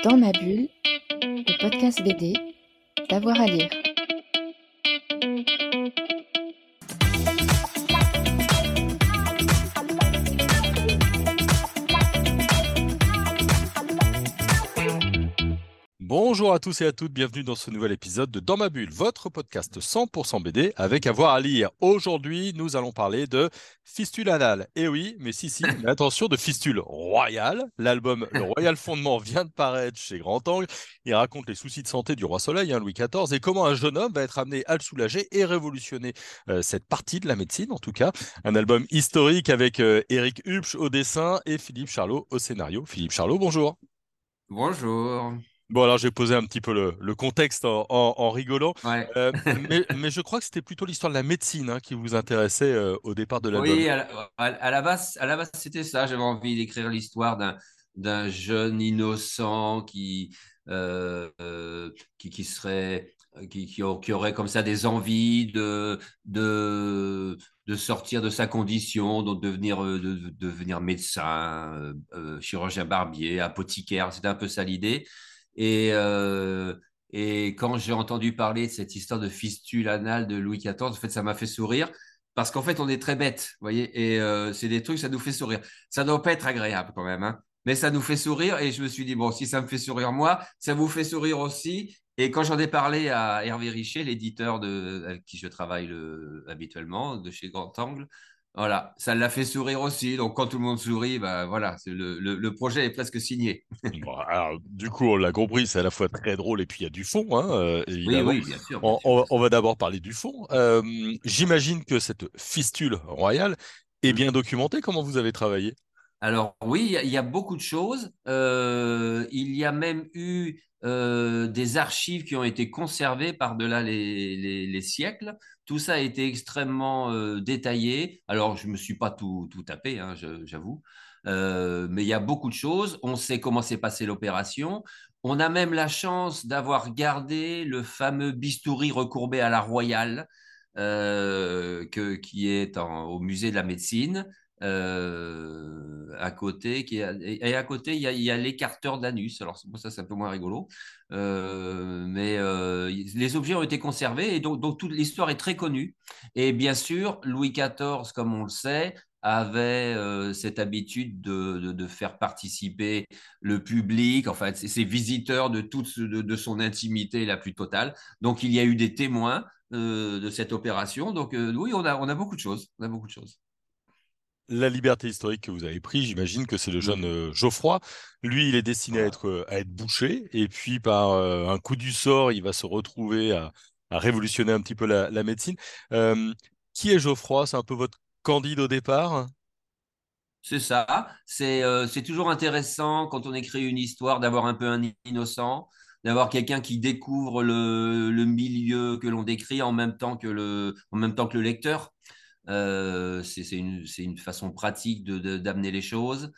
Dans ma bulle, le podcast BD, d'avoir à lire. Bonjour à tous et à toutes, bienvenue dans ce nouvel épisode de Dans ma bulle, votre podcast 100% BD avec avoir à lire. Aujourd'hui, nous allons parler de Fistule anale. Eh oui, mais attention, de Fistule royale. L'album Le Royal Fondement vient de paraître chez Grand Angle. Il raconte les soucis de santé du roi Soleil, Louis XIV, et comment un jeune homme va être amené à le soulager et révolutionner cette partie de la médecine, en tout cas. Un album historique avec Éric Hupsch au dessin et Philippe Charlot au scénario. Philippe Charlot, bonjour. Bonjour. Bon, alors j'ai posé un petit peu le contexte en rigolant, Ouais. mais je crois que c'était plutôt l'histoire de la médecine qui vous intéressait au départ de l'album. Oui, à la base, c'était ça. J'avais envie d'écrire l'histoire d'un jeune innocent qui serait qui aurait comme ça des envies de de sortir de sa condition, donc de devenir médecin, chirurgien barbier, apothicaire. C'était un peu ça l'idée. Et et quand j'ai entendu parler de cette histoire de fistule anale de Louis XIV, en fait, ça m'a fait sourire. Parce qu'en fait, on est très bêtes, vous voyez, et c'est des trucs, ça nous fait sourire. Ça ne doit pas être agréable quand même, hein, mais ça nous fait sourire. Et je me suis dit, bon, si ça me fait sourire moi, ça vous fait sourire aussi. Et quand j'en ai parlé à Hervé Richer, l'éditeur avec qui je travaille habituellement, de chez Grand Angle, voilà, ça l'a fait sourire aussi. Donc quand tout le monde sourit, bah, voilà, le projet est presque signé. Bon, alors, du coup, on l'a compris, c'est à la fois très drôle et puis il y a du fond, Oui, évidemment. oui, bien sûr, bien On, sûr, on- bien on sûr. va d'abord parler du fond. J'imagine que cette fistule royale est Hmm. bien documentée. Comment vous avez travaillé? Alors oui, il y a beaucoup de choses. Il y a même eu des archives qui ont été conservées par-delà les siècles. Tout ça a été extrêmement détaillé. Alors je ne me suis pas tout tapé, hein, j'avoue. Mais il y a beaucoup de choses. On sait comment s'est passée l'opération. On a même la chance d'avoir gardé le fameux bistouri recourbé à la royale qui est au musée de la médecine à côté, et à côté, il y a l'écarteur d'anus. Alors, bon, ça, c'est un peu moins rigolo. Mais les objets ont été conservés et donc toute l'histoire est très connue. Et bien sûr, Louis XIV, comme on le sait, avait cette habitude de faire participer le public, enfin, ses visiteurs de son intimité la plus totale. Donc, il y a eu des témoins de cette opération. Donc, oui, on a beaucoup de choses. On a beaucoup de choses. La liberté historique que vous avez prise, j'imagine que c'est le jeune Mm. Geoffroy. Lui, il est destiné Voilà. à être boucher, et puis par un coup du sort, il va se retrouver à révolutionner un petit peu la médecine. Euh, qui est Geoffroy? C'est un peu votre Candide au départ? C'est ça. C'est toujours intéressant quand on écrit une histoire d'avoir un peu un innocent, d'avoir quelqu'un qui découvre le milieu que l'on décrit en même temps que le lecteur. C'est une façon pratique d'amener les choses.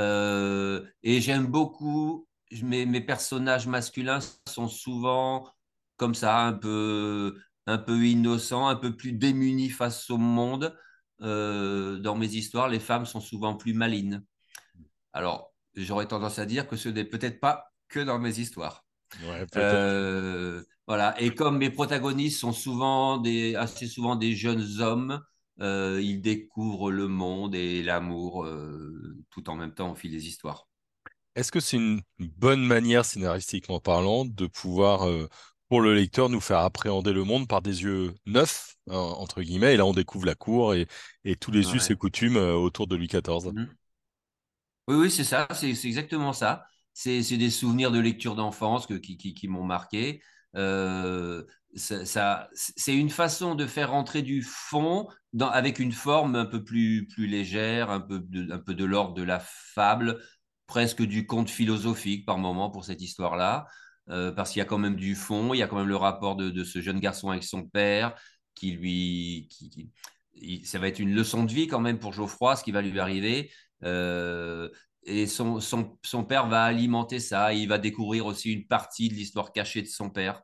Et j'aime beaucoup, mes personnages masculins sont souvent comme ça, un peu innocents, un peu plus démunis face au monde. Dans mes histoires, les femmes sont souvent plus malines. Alors, j'aurais tendance à dire que ce n'est peut-être pas que dans mes histoires. Ouais, peut-être. Voilà. Et comme mes protagonistes sont assez souvent des jeunes hommes, ils découvrent le monde et l'amour tout en même temps au fil des histoires. Est-ce que c'est une bonne manière, scénaristiquement parlant, de pouvoir, pour le lecteur, nous faire appréhender le monde par des yeux neufs, hein, entre guillemets, et là on découvre la cour et tous les us et Ouais. coutumes autour de Louis XIV. Mhm. Oui, oui, c'est ça, c'est exactement ça. C'est des souvenirs de lecture d'enfance qui m'ont marqué. Euh, c'est une façon de faire rentrer du fond avec une forme un peu plus légère, un peu de l'ordre de la fable, presque du conte philosophique par moment pour cette histoire-là, parce qu'il y a quand même du fond, il y a quand même le rapport de ce jeune garçon avec son père qui lui, ça va être une leçon de vie quand même pour Geoffroy, ce qui va lui arriver. Euh, et son père va alimenter ça. Il va découvrir aussi une partie de l'histoire cachée de son père.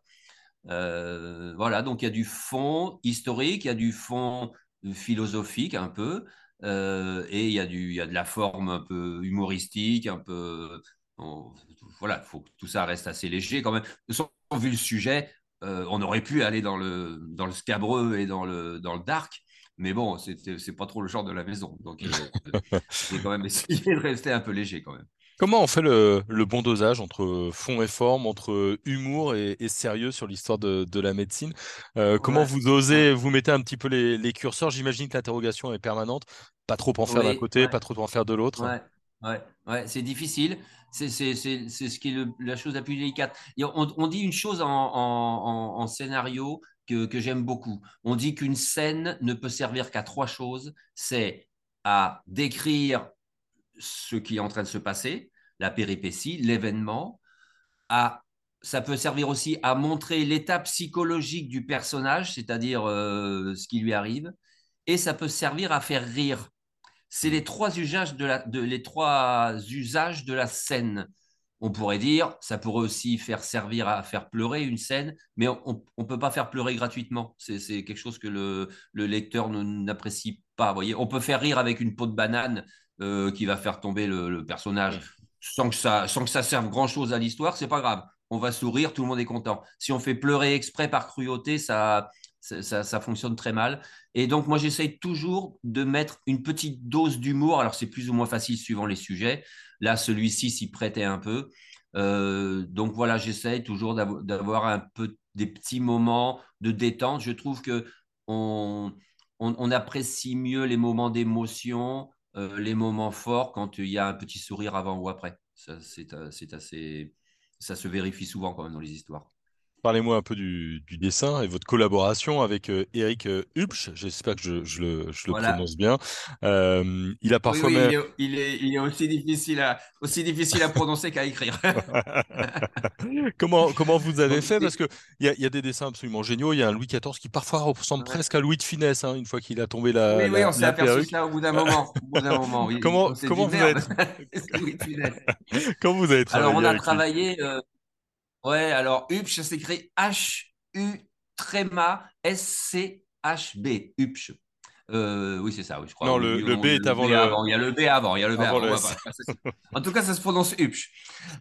Voilà, donc il y a du fond historique, il y a du fond philosophique un peu, et il y a de la forme un peu humoristique, un peu. voilà, il faut que tout ça reste assez léger quand même. Vu le sujet, on aurait pu aller dans le scabreux et dans le dark, mais bon, c'est pas trop le genre de la maison. Donc, j'ai quand même essayé de rester un peu léger quand même. Comment on fait le bon dosage entre fond et forme, entre humour et sérieux sur l'histoire de la médecine? Comment Ouais, vous ouais, osez, vous mettez un petit peu les curseurs? J'imagine que l'interrogation est permanente. Pas trop en faire d'un oui, côté, ouais, pas trop en faire de l'autre. ouais, ouais, ouais, c'est difficile. C'est ce qui est la chose la plus délicate. Et on dit une chose en scénario que j'aime beaucoup. On dit qu'une scène ne peut servir qu'à trois choses. C'est à décrire ce qui est en train de se passer, la péripétie, l'événement. À, ça peut servir aussi à montrer l'état psychologique du personnage, c'est-à-dire ce qui lui arrive. Et ça peut servir à faire rire. C'est Hmm. les trois usages de la scène. On pourrait dire, ça pourrait aussi faire servir à faire pleurer une scène, mais on ne peut pas faire pleurer gratuitement. C'est quelque chose que le lecteur n'apprécie pas. Voyez, on peut faire rire avec une peau de banane qui va faire tomber le personnage sans que ça serve grand-chose à l'histoire, c'est pas grave. On va sourire, tout le monde est content. Si on fait pleurer exprès par cruauté, ça fonctionne très mal. Et donc, moi, j'essaye toujours de mettre une petite dose d'humour. Alors, c'est plus ou moins facile suivant les sujets. Là, celui-ci s'y prêtait un peu. Donc, voilà, j'essaye toujours d'avoir un peu des petits moments de détente. Je trouve que on, on apprécie mieux les moments d'émotion, les moments forts quand il y a un petit sourire avant ou après. C'est assez, ça se vérifie souvent quand même dans les histoires. Parlez-moi un peu du dessin et votre collaboration avec Eric Hupsch. J'espère que je le Voilà. prononce bien. Il a Oui, parfois oui, même. il est aussi difficile à prononcer qu'à écrire. Comment vous avez Donc, fait? Parce que il y a des dessins absolument géniaux. Il y a un Louis XIV qui parfois ressemble ouais. presque à Louis de Funès, hein, une fois qu'il a tombé Oui, oui, on s'est la aperçu perruque. cela au bout d'un moment. Au bout d'un moment, oui. On s'est dit Comment vous avez merde, c'est Louis de Funès. comment vous avez Alors, on travaillé a avec lui? travaillé. Ouais, alors Hupsch, ça s'écrit Huschb. Hupsch. Oui, c'est ça, oui, je crois. Non, Oui, le B est le avant B avant. Il y a le B avant. Il y a le B avant avant. le Ouais, S. voilà. En tout cas, ça se prononce Hupsch.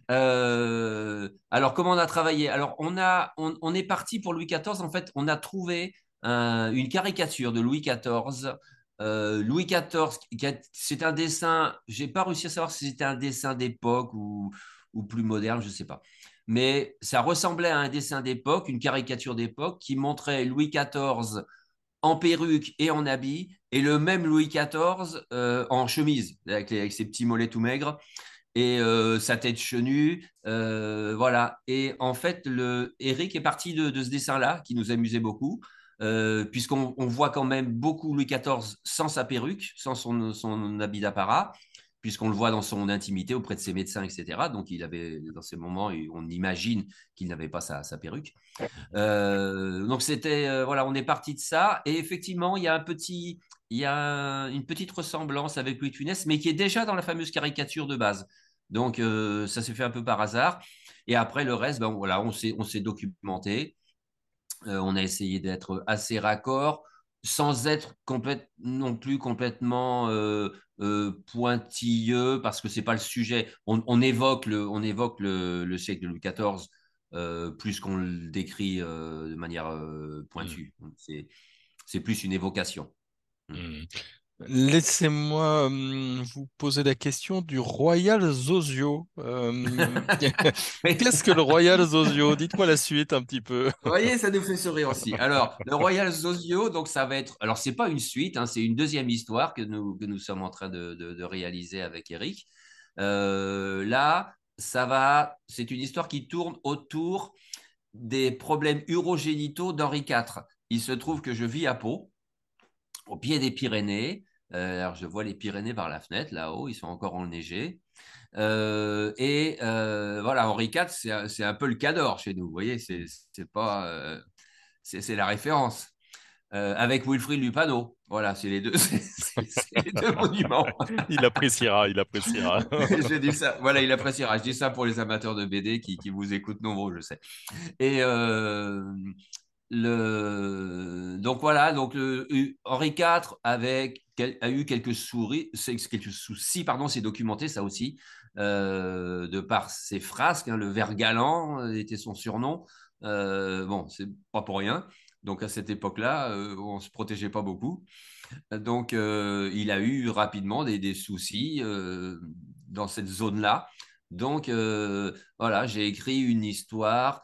Alors, comment on a travaillé? Alors, on est parti pour Louis XIV. En fait, on a trouvé une caricature de Louis XIV. Louis XIV, c'est un dessin. J'ai pas réussi à savoir si c'était un dessin d'époque ou plus moderne, je sais pas. Mais ça ressemblait à un dessin d'époque, une caricature d'époque qui montrait Louis XIV en perruque et en habit, et le même Louis XIV en chemise, avec ses petits mollets tout maigres et sa tête chenue. Voilà. Et en fait, Eric est parti de ce dessin-là, qui nous amusait beaucoup, puisqu'on voit quand même beaucoup Louis XIV sans sa perruque, sans son habit d'apparat, puisqu'on le voit dans son intimité auprès de ses médecins, etc. Donc, il avait, dans ces moments, on imagine qu'il n'avait pas sa perruque. Donc, voilà, on est parti de ça. Et effectivement, il y a une petite ressemblance avec Louis de Funès, mais qui est déjà dans la fameuse caricature de base. Donc, ça s'est fait un peu par hasard. Et après, le reste, ben, voilà, on s'est documenté. On a essayé d'être assez raccord, sans être non plus complètement pointilleux, parce que c'est pas le sujet. On évoque le siècle de Louis XIV plus qu'on le décrit de manière Hmm, pointue. C'est plus une évocation. Mm. hmm. Laissez-moi vous poser la question du Royal Zozio. Qu'est-ce que le Royal Zozio? Dites-moi la suite un petit peu. Vous voyez, ça nous fait sourire aussi. Alors, le Royal Zozio, donc ça va être. Alors, c'est pas une suite, hein, c'est une deuxième histoire que nous sommes en train de réaliser avec Eric. Là, c'est une histoire qui tourne autour des problèmes urogénitaux d'Henri IV. Il se trouve que je vis à Pau, au pied des Pyrénées. Alors, je vois les Pyrénées par la fenêtre, là-haut, ils sont encore enneigés. Voilà, Henri IV, c'est un peu le Cador chez nous. Vous voyez, c'est pas, c'est la référence. Avec Wilfrid Lupano. Voilà, c'est les deux, c'est les deux monuments. Il appréciera, il appréciera. Je dis ça, voilà, il appréciera. Je dis ça pour les amateurs de BD qui vous écoutent nombreux, je sais. Et donc voilà, donc Henri IV a eu quelques soucis, pardon, c'est documenté ça aussi. de par ses frasques. Hein, le ver galant était son surnom. Bon, c'est pas pour rien. Donc à cette époque-là, on se protégeait pas beaucoup. Donc il a eu rapidement des soucis dans cette zone-là. Donc voilà, j'ai écrit une histoire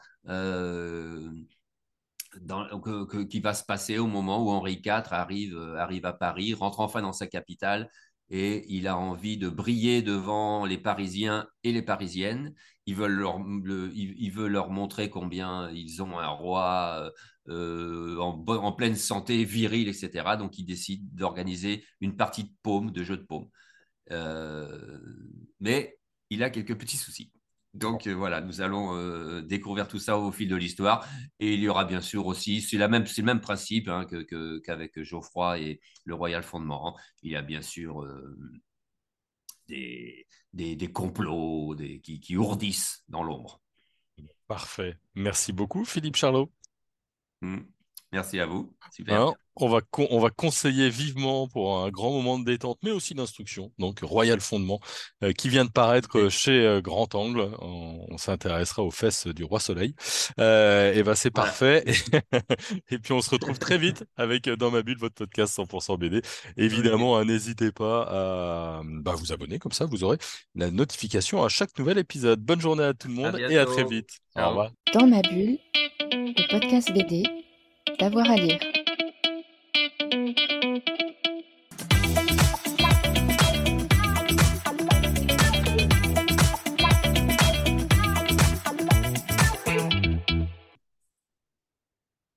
qui va se passer au moment où Henri IV arrive à Paris, rentre enfin dans sa capitale et il a envie de briller devant les Parisiens et les Parisiennes. Il veut leur montrer combien ils ont un roi en pleine santé, viril, etc. Donc il décide d'organiser une partie de paume, de jeu de paume. Euh, mais il a quelques petits soucis. Donc voilà, nous allons découvrir tout ça au fil de l'histoire. Et il y aura bien sûr aussi, c'est le même principe hein, qu'avec Geoffroy et le Royal Fondement. Il y a bien sûr des complots qui ourdissent dans l'ombre. Parfait. Merci beaucoup, Philippe Charlot. Hmm. Merci à vous. Super. Hein, on va conseiller vivement pour un grand moment de détente, mais aussi d'instruction. Donc, Royal Fondement, qui vient de paraître Ok. chez Grand Angle. On s'intéressera aux fesses du Roi Soleil. Et ben, c'est Voilà. parfait. Et puis, on se retrouve très vite avec Dans ma bulle, votre podcast 100% BD. Ok. Évidemment, hein, n'hésitez pas à vous abonner, comme ça, vous aurez la notification à chaque nouvel épisode. Bonne journée à tout le À monde et à très bientôt. vite. Au Ciao. revoir. Dans ma bulle, le podcast BD, d'avoir à lire.